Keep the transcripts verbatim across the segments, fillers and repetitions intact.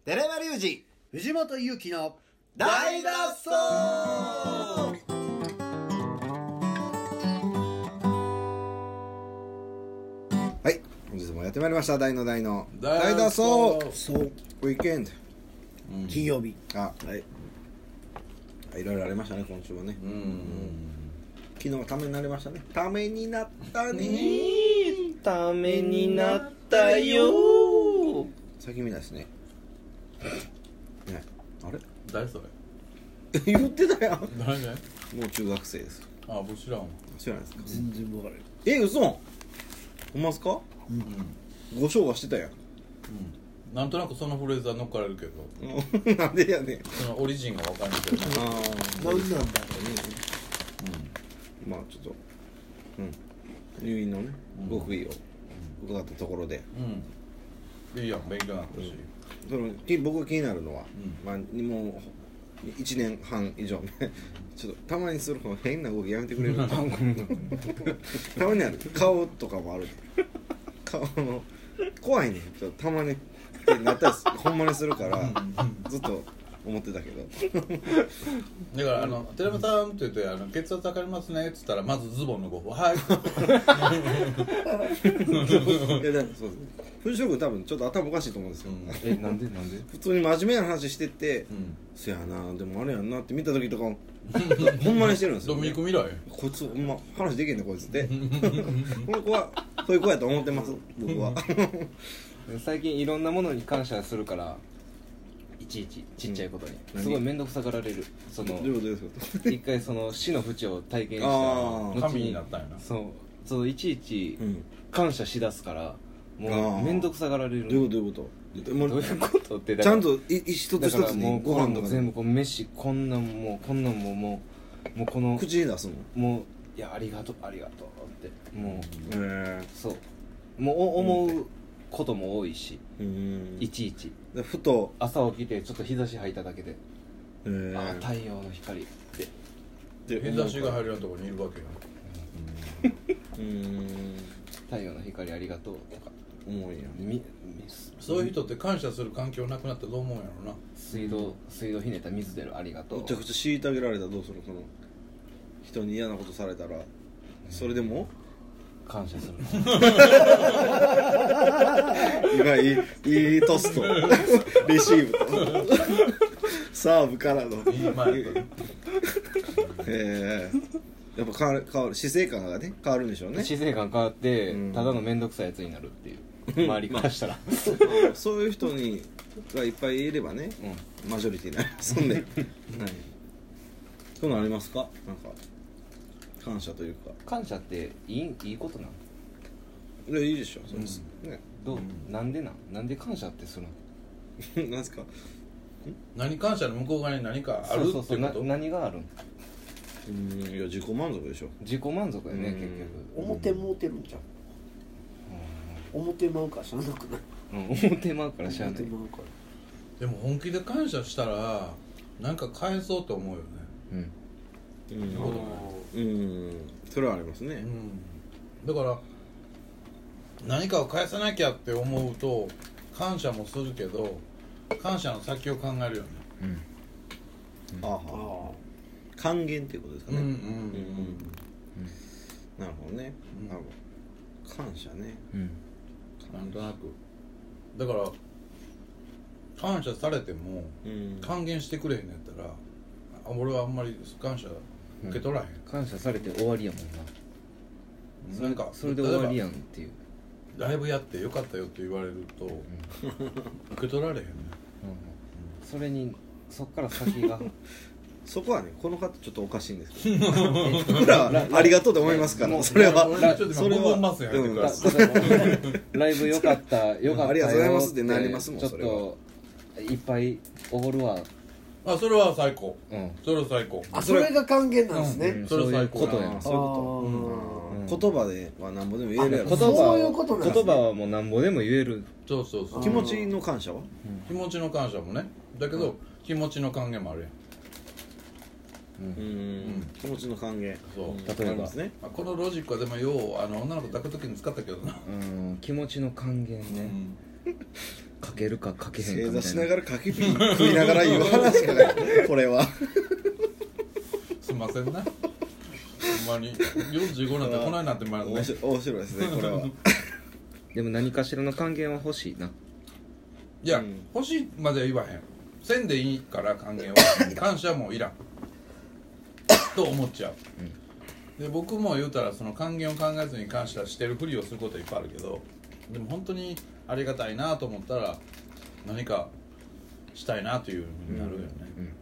寺山隆二藤本勇樹の大脱走。はい、本日もやってまいりました大の大の大脱走そうウィークエンド、 うん、金曜日。 あ、はい、いろいろありましたね今週はね。うん、うん、昨日はためになりましたね。ためになったねー、 ためになったよー。 最近見ないですね。ね、あれ誰それ言ってたやん。 誰ね。 もう中学生です。 あ、僕知らんわ。 知らないですか。 全然分からない。 え、嘘。ほんまっすか。 うん、 ご唱和してたやん。 うん、なんとなくそのフレーズは乗っかられるけどなんでやねん。 そのオリジンが分かんないけど、ね、 ああ、 なんなんだろうね。 うん、まあちょっと、うん、入院のね、極意を伺ったところで、 うん、いいやん、勉強になったし、 うん、その僕が気になるのは、 うん、 まあもういちねんはん以上ねちょっとたまにするこの変な動きやめてくれるたまにある顔とかもある顔の怖いね、ちょっとたまにってなったりほんまにするからずっと思ってたけどだからあの「寺山さん」って言ってあの「血圧測りますね」っつったらまずズボン脱ごう。はいいやだそうです。藤代君多分ちょっと頭おかしいと思うんですよ、うん、 え、なんでなんで普通に真面目な話してて、うん、そやな、でもあれやんなって見た時とかもほんまにしてるんですよ、ね、 ドミニク未来こいつほんま話できんねこいつってこの子はそういう子やと思ってます僕は最近いろんなものに感謝するからいちいちちっちゃいことに、うん、すごい面倒くさがられる。そのどういうことですか。 一回その死の淵を体験したら神になったんやな。 そうそういちいち感謝しだすからもう面倒くさがられる。 どういうことどういうことどういうことってちゃんと一つ一つにご飯とか全部こう飯こんなんもうこんなんももうもうこの口に出すのもういやありがとうありがとうってもう、 へそうもう思うことも多いし、うん、いちいちふと朝起きてちょっと日差し入っただけで、ああ太陽の光って日差しが入るようなところにいるわけよ。 うん、 太陽の光ありがとうとか思うやん。そういう人って感謝する環境なくなったらどう思うんやろうな。 水道水道ひねった水出るありがとう。 めちゃくちゃ虐げられたらどうする。その人に嫌なことされたらそれでも感謝する今いいいいトスとレシーブとサーブからのいい前えー、やっぱ変わる変わる死生観がね変わるんでしょうね。 死生観変わって、うん、ただの面倒くさいやつになるっていう周りからしたらそういう人にがいっぱいいればね、うん、マジョリティになりますんで、はい、そういうのありますか。なんか感謝というか。 感謝っていい、いいことなの。 いやいいでしょそうです、 うん、ね、どう、うん、なんでなんなんで感謝ってするのなんですか。 何感謝の向こう側に何かあるってこと。そうそうそう、 な何があるん。 うん、いや自己満足でしょ。 自己満足やね、結局表もうてるんじゃん、うん、表まうからしゃあなくない、 うん、表まうからしゃあない。 でも本気で感謝したらなんか返そうと思うよね。 うん、うん、うん、それはありますね、 うん、だから何かを返さなきゃって思うと感謝もするけど感謝の先を考えるよね、 うん、ああ還元っていうことですかね。うんうんうん、うん、なるほどね、うん、なるほど感謝ね、うん、 なんとなくだから感謝されても還元してくれへんのやったら俺はあんまり感謝受け取らへん、うん、 感謝されて終わりやもんな。なんかそれで終わりやんっていう。 ライブやってよかったよって言われると、うん、受け取られへんね、 うん、それにそっから先がそこはねこの方ちょっとおかしいんですけど僕らはありがとうと思いますからそれはそれはライブよかったよかったよありがとうございますってなりますもん。 ちょっといっぱいおごるわ。 あ、それは最高、うん、それは最高。 あ、それが還元なんですね、 うん、それは最高。そういうことや。 そういうこと、うん、言葉ではなんぼでも言えるやろ。 言葉そういうことなんですね。言葉はもうなんぼでも言える。 そうそうそう。 気持ちの感謝は、うん、 気持ちの感謝もね。だけど、うん、気持ちの還元もあるやん。 うん、うん、気持ちの還元。 そう、 うん、 例えばですね。このロジックはでもようあの女の子抱くときに使ったけどな。 うん、気持ちの還元ね。 かけるかかけへんか正みたいな座しながらかけピー食いながら言う話かないこれはすいませんなほんまによんじゅうごになってこないなってまだね面白面白いですねこれはでも何かしらの還元は欲しいないや、 うん欲しいまでは言わへんせんでいいから還元は感謝もいらんと思っちゃう、うん、で僕も言うたらその還元を考えずに感謝してるふりをすることはいっぱいあるけどでも本当にありがたいなと思ったら何かしたいなというふうになるよね、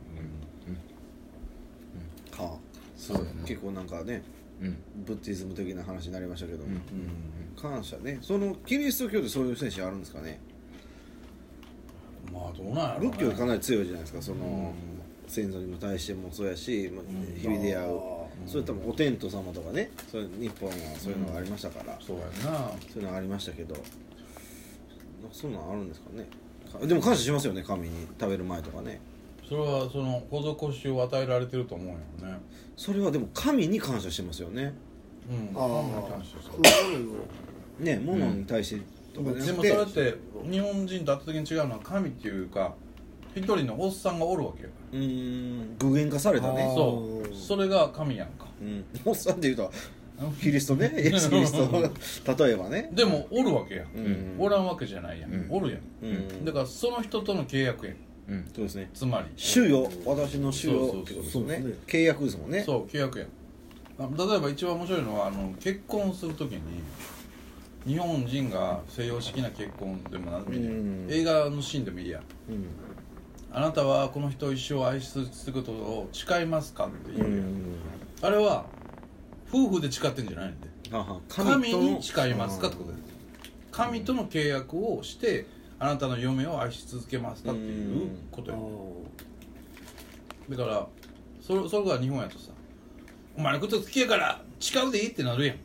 はあそうだな結構なんかねうんブッディズム的な話になりましたけども、 うん感謝ねそのキリスト教でそういう選手あるんですかねうん、まあどうなんやろうね仏教かなり強いじゃないですかその、 うん先祖にも対してもそうやし、まあうん日々出会う、 あそれともお天道様とかねそういう日本はそういうのがありましたから、 そうやんなそういうのがありましたけどそんなんあるんですかねかでも感謝しますよね神に食べる前とかねそれはその施しを与えられてると思うよねそれはでも神に感謝してますよねうんああ神に感謝するね物に対してとかじゃでもなくて、 それって日本人と圧倒的に違うのは神っていうか一人のおっさんがおるわけようーん具現化されたねあーそうそれが神やんかうんおっさんって言うとキリストねイエス・キリスト例えばねでもおるわけやん、 うんおらんわけじゃないやん、 うんおるやん、 うんだからその人との契約やんうんそうですねつまり主よ私の主よそうそうそうってことですよねそうですね契約ですもんねそう契約やんあ例えば一番面白いのはあの結婚するときに日本人が西洋式な結婚でも何でもいいね、 うん映画のシーンでもいいやうんあなたはこの人を一生愛し続けることを誓いますかっていうう、 んあれは夫婦で誓ってんじゃないんではは神とのに誓いますかってことです神との契約をしてあなたの嫁を愛し続けますかっていうことあよだからそれそれが日本やとさお前のこと好きやから誓うでいいってなるやん、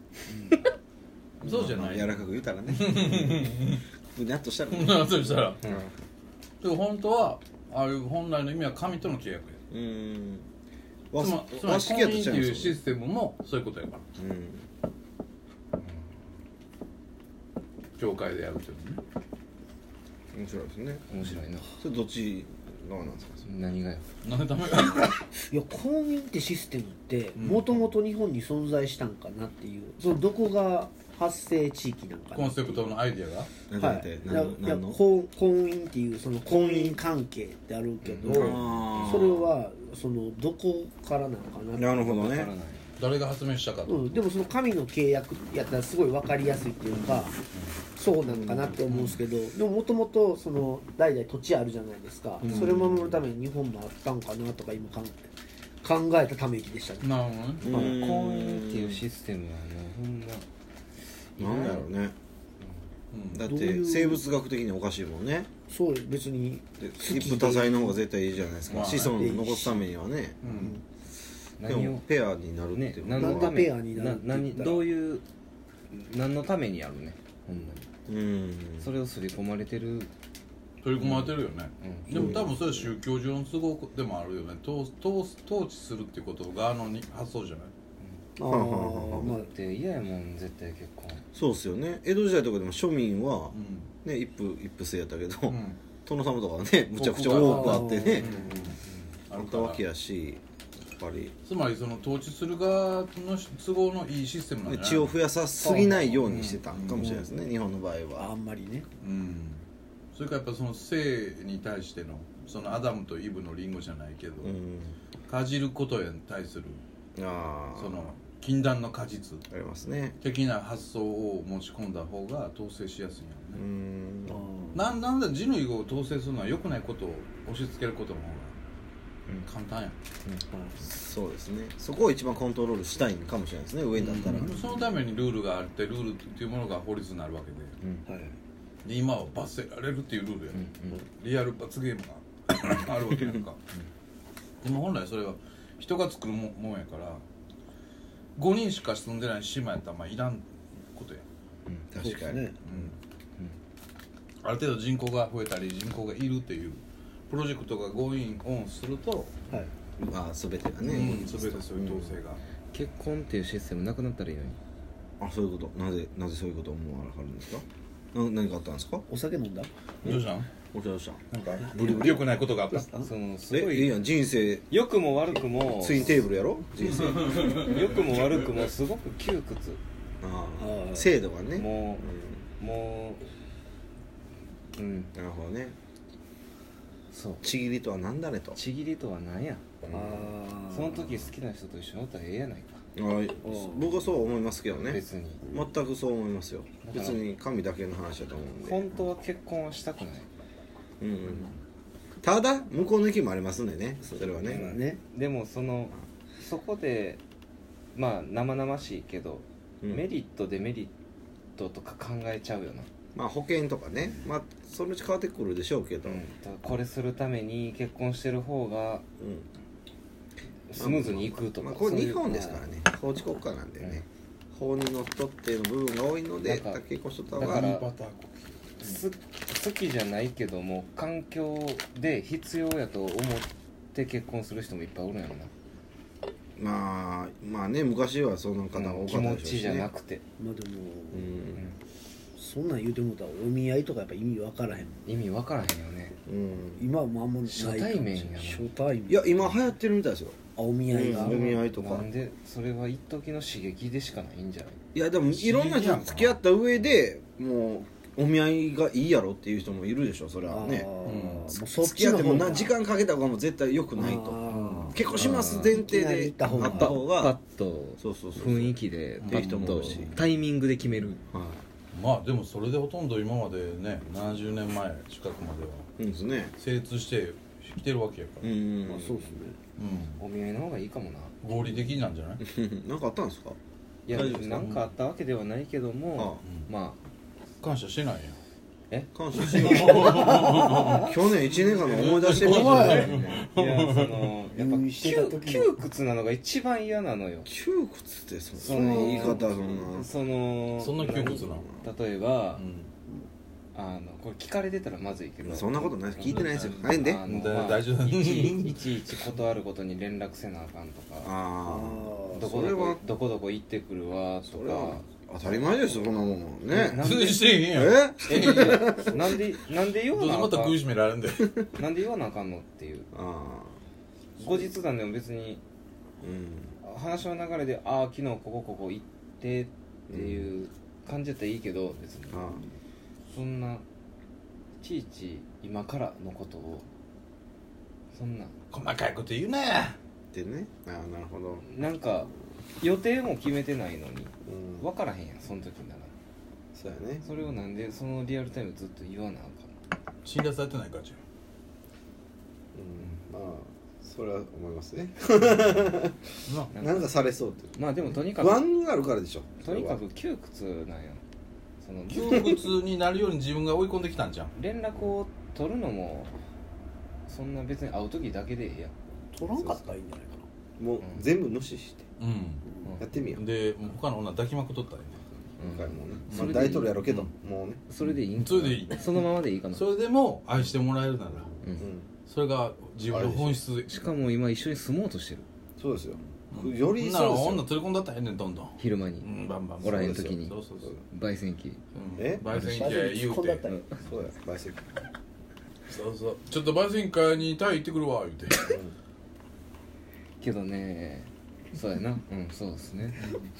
そうじゃない柔らかく言うたらねふにゃっとしたらねなそうしたら、でも本当はああいう本来の意味は神との契約やうんわつまつまり和式やと婚姻っていうちゃいますシステムもそういうことやからうん教会でやるっていうのね面白いですね面白いなそれどっち側なんですか何がよなんでダメいや婚姻ってシステムってうんもともと日本に存在したんかなっていうそのどこが発生地域なんかなコンセプトのアイディアがなんてはい、いなんてやいや何の婚婚姻っていうその婚姻関係ってあるけど、 あーそれはそのどこからなのかなってなるほどねわからない誰が発明したかと、 うん、でもその神の契約やったらすごい分かりやすいっていうか、そうなんかなって思うんですけど、でももともとその代々土地あるじゃないですか、 うんそれを守るために日本もあったんかなとか今考え考えたため息でしたね。 なるほどねうんまあ婚姻っていうシステムはもうほんまなんだろうねうんだっどういうて生物学的におかしいもんねそう別にで一夫多妻の方が絶対いいじゃないですかまあ子孫を残すためにはねうんで何をもペアになるっねていう何のためなんでペアになるって言ったら何どういう何のためにやるねほんまにうんそれを刷り込まれてる取り込まれてるよね、 うんでも多分それは宗教上の都合でもあるよね統統統治するっていうこと側のに発想じゃないあはあはあはーまあだって嫌やもん絶対結婚そうっすよね江戸時代とかでも庶民はうね一夫一夫制やったけどん、うん殿様とかはねむちゃくちゃ多くあってねあるからあったわけやしやっぱりつまりその統治する側の都合のいいシステムなんじゃないね血を増やさすぎないようにしてたんかもしれないですね日本の場合あはんまりねうんそれからやっぱその性に対してのそのアダムとイブのリンゴじゃないけど、 うんかじることに対するああその禁断の果実ありますね的な発想を持ち込んだ方が統制しやすいんやうろね、 んなんなんだ人類を統制するのは良くないことを押し付けることの方が簡単やん、 そうですねそこを一番コントロールしたいかもしれないですね上になったらうんそのためにルールがあってルールっていうものが法律になるわけでうんはいで今は罰せられるっていうルールや、 うんリアル罰ゲームがあるわけやんか、でも本来それは人が作るももんやからごにんしか住んでない島やったらまあいらんことや、 確かに、 ねうん、ある程度人口が増えたり人口がいるっていうプロジェクトがゴーインオンすると、 はいまあ全てがうね、 ん、全てそういう統制が、 結婚っていうシステムなくなったらいいのにあそういうことなぜなぜそういうことを思わはるんですかな何かあったんですか？ お酒飲んだ？ どうしたん？ お茶どうした？ なんかブリブリ良くないことがあった。 そのすごいえいいやん人生良くも悪くもツインテーブルやろ人生良くも悪くもすごく窮屈。 ああーあ制度がねもうもううんうんなるほどねそうちぎりとは何だねとちぎりとは何や。 あーその時好きな人と一緒におったらええやないか。 はい僕はそう思いますけどね別に全くそう思いますよだから別に神だけの話だと思うんで本当は結婚はしたくない。 うんうんただ向こうの意見もありますんでねそれはねねでもそのそこでまあ生々しいけど、 うんメリットデメリットとか考えちゃうよな。 まあ保険とかねまあそのうち変わってくるでしょうけど、 うん、だからこれするために結婚してる方がうんスムーズにいくとか、 まあ、これそういう日本ですからね法治国家なんでね、法にのっとっての部分が多いのでなんか結婚しとった方だからがバターコす好きじゃないけども環境で必要やと思って結婚する人もいっぱいおるんやろな、 まあまあね昔はその方が多かったでしょうし、ね気持ちじゃなくて、 まあでもうんそんなん言うてもうたらお見合いとかやっぱ意味分からへんもん意味わからへんよね。 うん今はもうあんまない初対面やな初対面いや今流行ってるみたいですよあお見合いが、 うんお見合いとかなんでそれは一時の刺激でしかないんじゃない。 いやでもいろんな人と付き合った上でもうお見合いがいいやろっていう人もいるでしょそれはねあーうんもうそっ付き合ってもちの方がな時間かけた方がもう絶対良くないとあー結婚します前提であった方あーパッがとそうそうそう雰囲気でっていう人も多いしタイミングで決める。 はまあでもそれでほとんど今までねななじゅうねんまえ近くまではいいいですね成立してきてるわけやから、 うんまあそうですねうんお見合いの方がいいかもな。 合理的なんじゃない？ なんかあったんですかいや大丈夫ですかなんかあったわけではないけども、ま感謝してないやん。 感謝して去年いちねんかんの思い出してみてお前あいやそのやっぱ入院してた窮時の窮屈なのが一番嫌なのよ。 窮屈ってそそその言い方そんなそのそんな窮屈なの？ 何例えば、 うんあのこれ聞かれてたらまずいけどそんなことない聞いてないですよ早いんであのだまあ大丈夫いちいちいち断ることに連絡せなあかんとかああどこどこそれはどこどこ行ってくるわとそれはか当たり前ですよそんなもんねなんで通じてへんやん。 ええいやなんでなんで言どうせわなあかんまた食いしめられるんで。 なんで言わなあかんのっていうあ後日談でも別にあうん話の流れでああ昨日ここここ行ってっていう感じだったらいいけど別にあそんないちいち今からのことをそんな細かいこと言うな。 ってねああなるほどなんか予定も決めてないのにうん分からへんやんその時ならそうやねそれをなんでそのリアルタイムずっと言わなあかん信頼されてないからじうんまあそれは思いますねゃん。なななんかされそうってまあでもとにかく不安があるからでしょとにかく窮屈なんやその窮屈になるように自分が追い込んできたんじゃん。 連絡を取るのもそんな別に会う時だけでええやん取らんかったらいいんじゃないかもう全部無視してうやってみようでもう他の女抱きまくっとったらいいうん今回もねそれでいいまあ大統領やろうけどもうねそれでいいんかなそれでいいそのままでいいかなそれでも愛してもらえるならうんうんそれが自分の本質でしかも今一緒に住もうとしてるそうですようんよりほんならそうですよ女連れ込んだったらええねんどんどん昼間にうんバンバンおらへん時にそうそうそう焙煎機うんえ焙煎機なや言う突っ込んだったてらそうやバイセクそうそうちょっと焙煎会にタイ行ってくるわ言うてけどねそうやなうんそうですね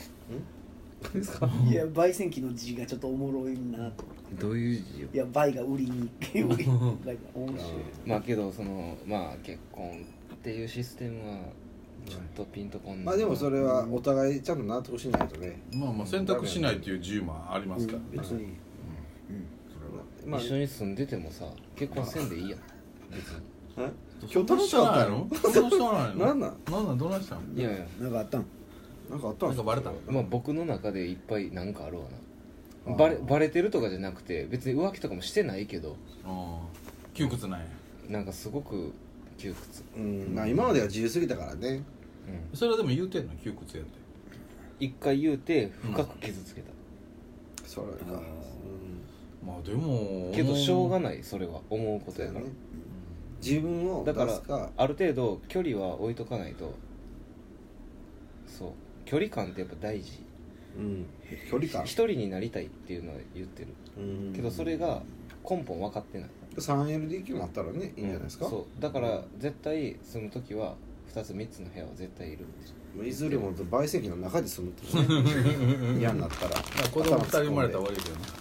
いや焙煎機の字がちょっとおもろいなとどういう字よいや焙が売りに売りに面白いまあけどそのまあ結婚っていうシステムはちょっとピンとこんないまあでもそれはお互いちゃんと納得しないとねまあまあ選択しないっていう自由もありますからうん別にまあ一緒に住んでてもさ結婚せんでいいやん別にえ今日楽しかったの楽しかったのなんなんなんなんどないしたんいやいやなんかあったんなんかあったんですなんかバレたまあ僕の中でいっぱいなんかあるわあーなバレバレてるとかじゃなくて別に浮気とかもしてないけどあー窮屈なんやなんかすごく窮屈うんまあ今までは自由すぎたからねうんそれはでも言うてんの窮屈やって一回言うて深く傷つけた、 それかあーまあでもけどしょうがいないそれは思うことやから、 ね自分をだから出すかある程度距離は置いとかないとそう距離感ってやっぱ大事ううん距離感一人になりたいっていうのは言ってるうんけどそれが根本分かってないスリーエルディーケー もあったらねいいんじゃないですか、 そうだから絶対住む時はふたつみっつの部屋は絶対いるいずれも焙煎機の中で住むってね嫌になったらまあ子供ふたり生まれたら終わりだよね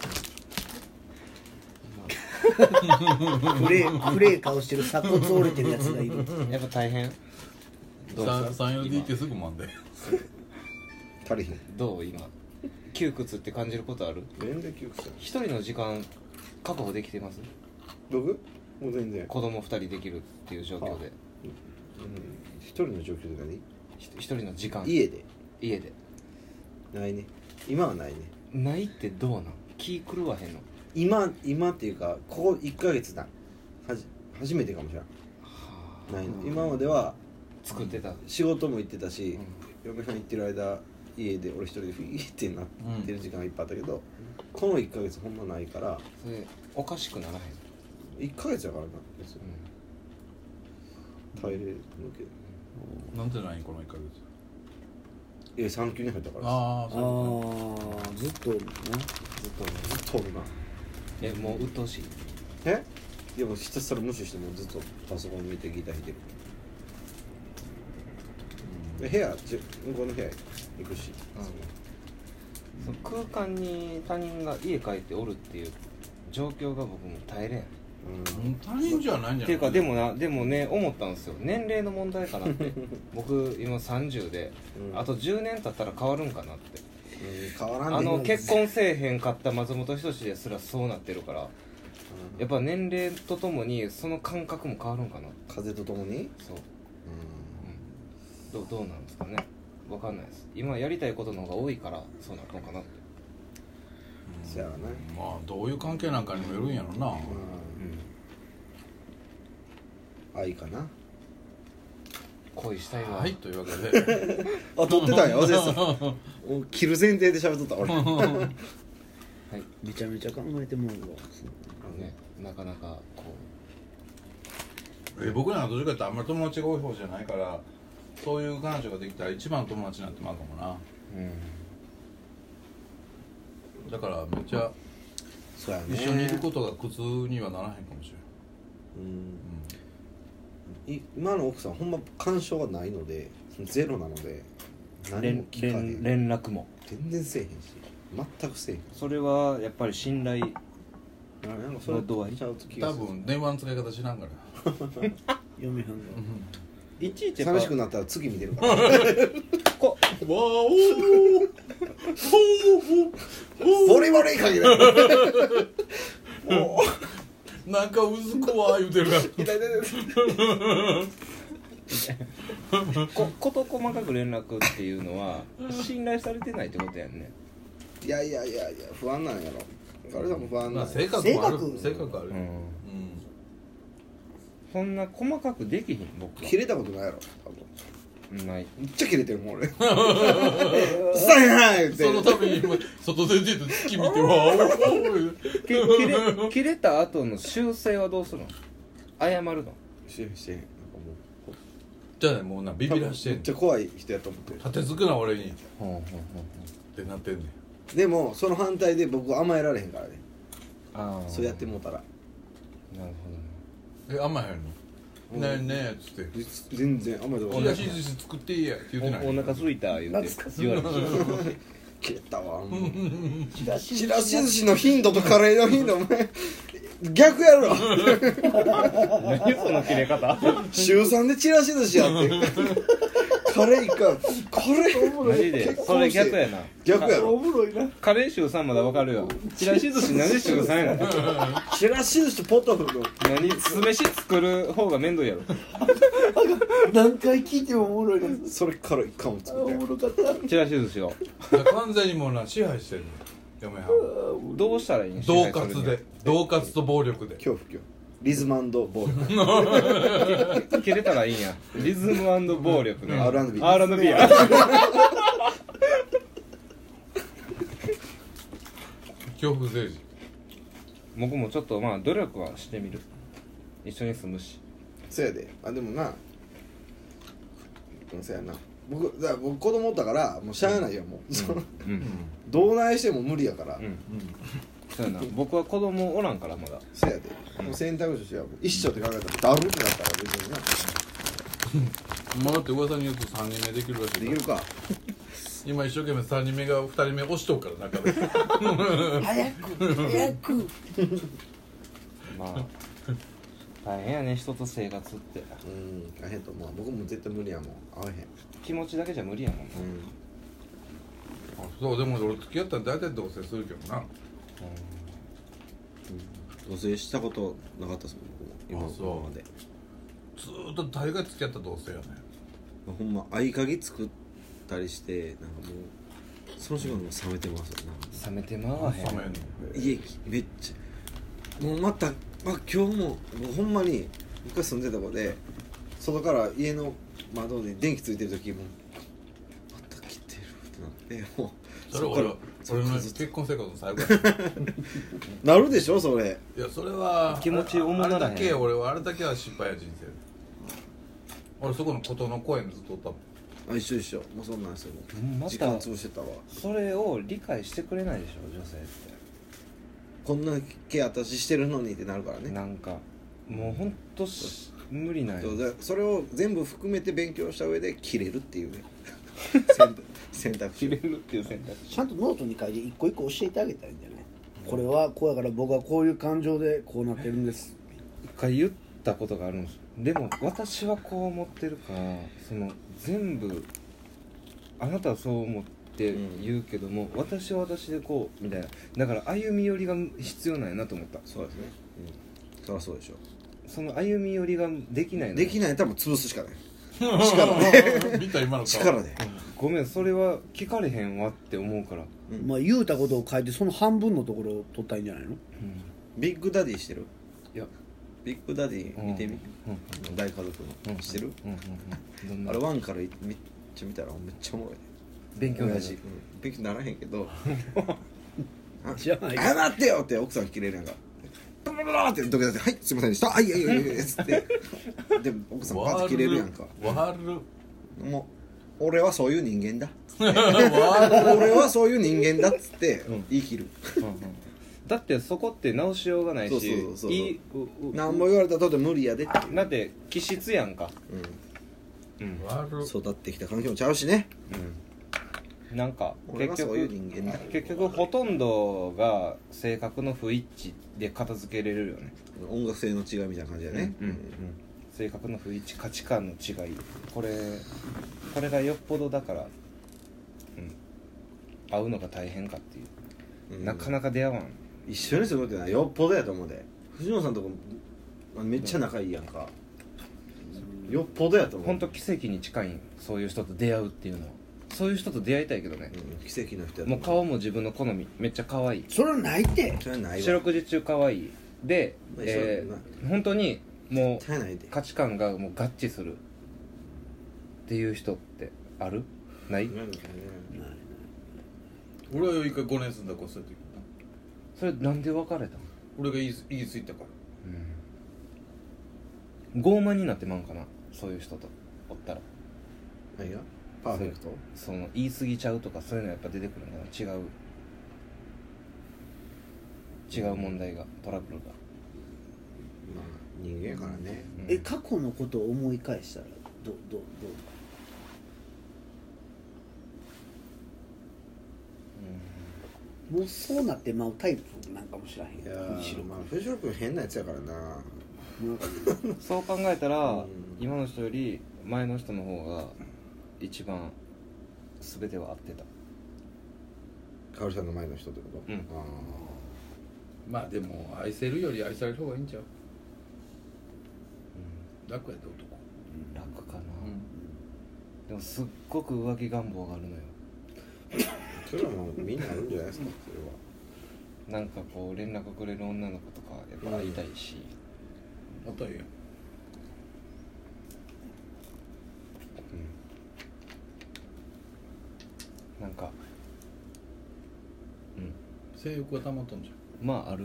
フレーフレー顔してる鎖骨折れてるやつがいるやっぱ大変どうですかスリーエルディーケー すぐもんで足りひんどう今窮屈って感じることある全然窮屈だ一人の時間確保できてます僕もう全然子供ふたりできるっていう状況でうん一人の状況で何ひ一人の時間家で家でないね今はないねないってどうなん気狂わへんの今今っていうかここいっかげつだはじ初めてかもしれんないね今までは作ってた、 仕事も行ってたうし、 ん嫁さん行ってる間家で俺一人でフィーってなってる時間がいっぱいあったけど、このいっかげつほんまないからそれおかしくならへん、 いっかげつやからな別に耐えれるけどなんてないこのいっかげつえ産休に入ったからあああそうあずっとおるなずっとずっとおるなえもう鬱陶しいえでもひたすら無視してもずっとパソコン見てギター弾いてるで部屋じ向こうの部屋行くし、 その空間に他人が家帰っておるっていう状況が僕も耐えれんっうんうん他人じゃないんじゃないていうかでもなでもね思ったんですよ年齢の問題かなって僕今さんじゅうで、 うんあとじゅうねん経ったら変わるんかなってうん変わらんであのうん結婚せえへんかった松本人志ですらそうなってるからやっぱ年齢とともにその感覚も変わるんかな風とともに、 そううどうどうなんですかねわかんないです今やりたいことの方が多いからそうなったのかなってん、そやわな、 まあどういう関係なんかにもよるんやろなうん愛かな恋したいわ、 はいというわけであ撮ってたんや忘れてたもう切る前提で喋っとった俺はいめちゃめちゃ考えてもらうわね、なかなかこえ僕なんかどっちかってあんまり友達が多い方じゃないからそういう彼女ができたら一番友達になってまうかもなう、うん、 だからめっちゃそうやね一緒にいることが苦痛にはならへんかもしれん、 うんい今の奥さんほんま干渉がないのでゼロなので何も連聞かへん連連絡も全然せえへんし全くせえへんそれはやっぱり信頼なんかそれの度合いちゃうと気が多する分電話の使い方知らんから嫁はんがいちいちやっぱ寂しくなったら次見てるからこわおボリボリかけてもうなんかうずこわ言うてるから痛い痛い痛いこ事細かく連絡っていうのは信頼されてないってことやんねいやいやいやいや不安なんやろ彼さんも不安まあなんや性格もある性格性格ある、 ううんんそんな細かくできひん僕は切れたことないやろ多分ないめっちゃ切れてるもん俺「さやな!」言ってそのために今外出てて月見てわおき切れ切れた後の修正はどうするの謝るのしてへんしてへんなんかもうじゃあねもうなビビらしてんねんめっちゃ怖い人やと思ってる立てつくな俺にっほうほうほうほうてなってんねんでもその反対で僕甘えられへんからねああそうやってもうたらなるえ甘えへんのうんねえねえっつって全然甘えたことちないらし寿司作っていいやって言ってないほどおお腹すいた言うて言われて切れたわチラシちらし寿司の頻度とカレーの頻度お前逆やろ何その切れ方週さんでちらし寿司やってカレーいかんカレーマジでそれ逆やな逆やろおもろいなカレー臭さんまだわかるよちらし寿司何で臭さんやのちらし寿司ポトフの何酢飯作る方が面倒やろ何回聞いてもおもろいなそれからいかん作おってもろかったちらし寿司をいや完全にもうな支配してるの嫁はんどうしたらいいの恫喝で恫喝と暴力で恐怖恐怖リズムボール切れたらいいんやリズム暴力ねアールアンドビーアールアンドビー や恐怖政治僕もちょっとまあ努力はしてみる一緒に住むしそうやであでもなうんそうやな僕だから僕子供おったからもうしゃあないよもう、そのうんどうないしても無理やから、 うんそうやな僕は子供おらんからまだせやで、もう選択肢としては一緒って考えたらだるってなったら別になまあだって噂によるとさんにんめできるらしいできるか今一生懸命さんにんめがふたりめ押しとるから中で早く早くまあ大変やね人と生活ってうん大変と思う僕も絶対無理やもん合わへん気持ちだけじゃ無理やもんな、 うあそうでも俺付き合ったら大体同棲するけどな。 ん同棲したことなかったですもん僕も今あそう今までずーっと大概付き合った同棲やね。 ほんま合鍵作ったりしてなんかもうその時間もう冷めてますよ冷めてまわへん冷めんの家めっちゃもうまたあ今日ももうほんまに昔住んでた子で外から家の窓に電気ついてる時もまた来てるってなってもうそれ俺こから俺のそっからずっと結婚生活の最後やなるでしょそれいやそれは気持ち重ならへんあれだけ俺はあれだけは失敗や人生俺そこの琴の公園ずっとおったもん。 あ一緒一緒もうそんなんですよもうまた時間潰してたわそれを理解してくれないでしょ女性ってこんなケア私してるのにってなるからねなんかもうほんとし無理ないそうでそれを全部含めて勉強した上で切れるっていうね選択選択肢切れるっていう選択肢ちゃんとノートに書いて一個一個教えてあげたらいいんじゃないこれはこうやから僕はこういう感情でこうなってるんです一回言ったことがあるんですよでも私はこう思ってるからその全部あなたはそう思って言うけども、うん、私は私でこうみたいなだから歩み寄りが必要なんやなと思ったそうですね、うん、そりゃそうでしょその歩み寄りができないのできないともう潰すしかない力で見た今の顔力で、 ごめんそれは聞かれへんわって思うから、 うんまあ言うたことを書いてその半分のところを取ったらいいんじゃないのビッグダディしてるいやビッグダディ見てみ、 うん大家族うんのしてる、 うんうんうんどんなあれワンからめっちゃ見たらめっちゃおもろいね勉強になる親父、うん、勉強にならへんけどあじゃない謝ってよって奥さん切れるやんかブルブルーって土下座して「はいすいませんでしたはいはいはいはい」っつってで奥さんバッて切れるやんかわるもう俺はそういう人間だわ俺はそういう人間だっつってうん言い切るうんうんだってそこって直しようがないしそうそうそうそういいうう何も言われたとて無理やでっていうだって気質やんかううんわるん育ってきた環境もちゃうしねうんなんか結俺はそういう局人間だ結局ほとんどが性格の不一致で片付けれるよね音楽性の違いみたいな感じだねうんうん性格の不一致価値観の違いこれこれがよっぽどだから、うん、会うのが大変かっていう、 うんなかなか出会わん一緒にするってのはよっぽどやと思うで藤野さんとこめっちゃ仲いいやんかよっぽどやと思うほんと奇跡に近いんそういう人と出会うっていうのはそういう人と出会いたいけどね、 うん奇跡の人やともう思顔も自分の好みめっちゃ可愛いそれはないってそれはないわ四六時中可愛いで、 まあえ一緒だー、本当にも絶対ないでう価値観がもう合致するっていう人ってあるないないのかね俺は一回ごねん住んだ子そうやってそれなんで別れたの俺が言い言い過ぎたからうん傲慢になってまうんかなそういう人とおったら何がパーフェクトその言い過ぎちゃうとかそういうのやっぱ出てくるんだな違う違う問題がトラブルが、 まあ人間やからねうんえ過去のことを思い返したらどどどうもうそうなってまうタイプなんかもしらへんいやーむしろまあ藤野君変なやつやからななんかそう考えたら、 うん今の人より前の人の方が一番全ては合ってたかおりさんの前の人ってことうんあまあでも愛せるより愛される方がいいんちゃう楽やで男楽かな、 うんでもすっごく浮気願望があるのよーそれはもうみんなあるんじゃないですかそれはなんかこう連絡くれる女の子とかやっぱ会いたいし、 あったらええやんなんかうん性欲が溜まっとんじゃんまあある、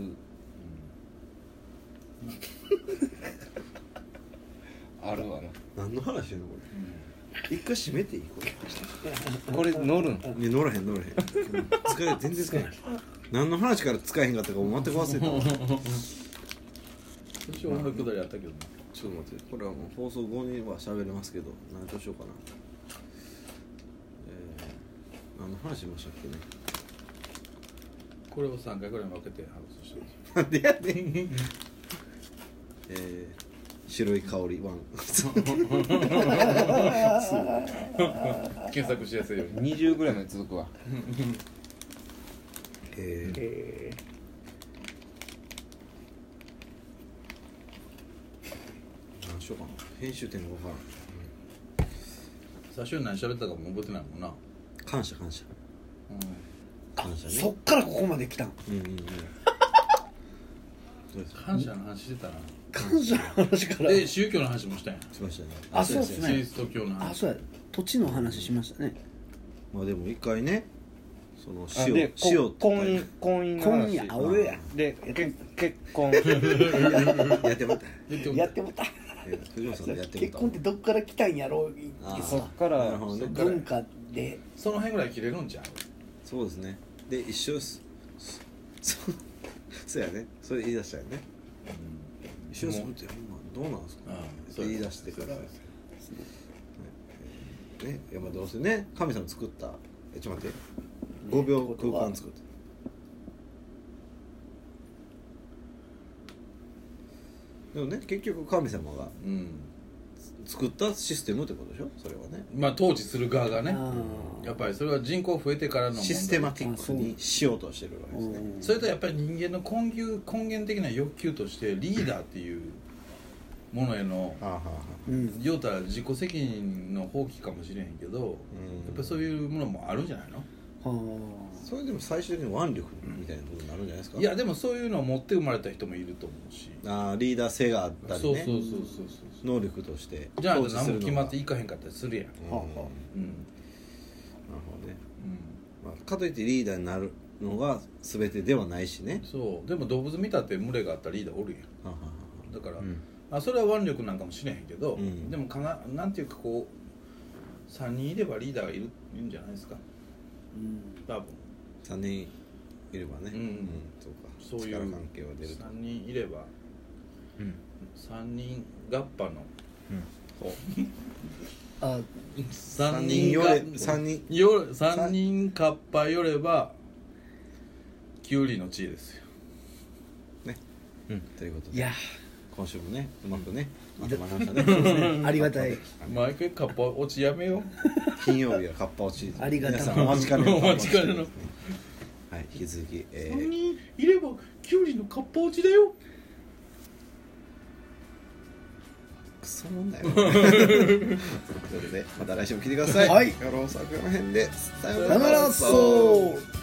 あるわな何の話してんのこ一回閉めていいこれこれ乗るんいや乗らへん乗らへん使え全然使えへん何の話から使えへんかったかも全く忘れたわ私音楽くだりあったけどなちょっと待ってこれはもう放送後には喋れますけど何としようかなえー、何の話しましたっけねこれをさんかいぐらいに分けて話してるなんでやねんえー、白い香りワン検索しやすいようににじゅうぐらいまで続くわえー、 え何しようかな編集点が分からん最初に何喋ったかも覚えてないもんな、 感謝感謝感謝ー、 ねそっからここまで来たん。 うんうんうんそうです感謝の話してたな感謝の話から。 で宗教の話もしたんやしましたねあそうっすねキリスト教のあ、 話そうや。土地の話しましたね。 まあでも一回ねそのあで塩塩って婚姻婚姻の話婚姻や、あ、俺や。 でけ結婚やってもらった言ってもやってもた。 藤本さんでやってもらった結婚ってどっから来たんやろう。 あーそっからなるほどね文化で。 その辺ぐらい切れるんじゃんそうですねで一緒ですそそうやねそれ言い出したよね一緒ですってほんまどうなんですかああって言い出してからねいやまあどうせね神様作ったえちょっと待ってごびょう空間作ったでもね結局神様がうん作ったシステムってことでしょそれはねまあ統治する側がねあーやっぱりそれは人口増えてからの問題システマティックにしようとしてるわけですねうんそれとやっぱり人間の根源根源的な欲求としてリーダーっていうものへのはあはあはあうん。 言うたら自己責任の放棄かもしれへんけど、 うんやっぱりそういうものもあるんじゃないの、 はそれでも最終的に腕力みたいなことになるんじゃないですかいやでもそういうのを持って生まれた人もいると思うし、 あーリーダー性があったりねそうそうそうそうそう能力としてじゃあ統治何も決まっていいかへんかったりするやん、 うんはあはあなるうんほどね、 うん、 まあ、かといってリーダーになるのが全てではないしねそうでも動物見たって群れがあったらリーダーおるやんはあはだから、 うんあそれは腕力なんかもしれへんけど、 うんでもかななんていうかこうさんにんいればリーダーがいるいるんじゃないですかうん。 多分さんにんいればねうんそうかそういう力関係は出るとさんにんいればうんさんにん合羽のこあ、 うさん 3 にんよ人がれさんにんよさんにんカッパよればキュウリの知恵ですよね、 うんということでいや、 今週もねうまくねまとまりましたねありがたい。 毎回カッパ落ちやめよ金曜日はカッパ落ちありがたい皆さんお待ちかねのお待ちかねのはい引き続き、 う、 えさんー、 にんいればキュウリのカッパ落ちだよクソもんだよということでまた来週も聞いてくださいはいよろしくおらへんでさよさよならそう。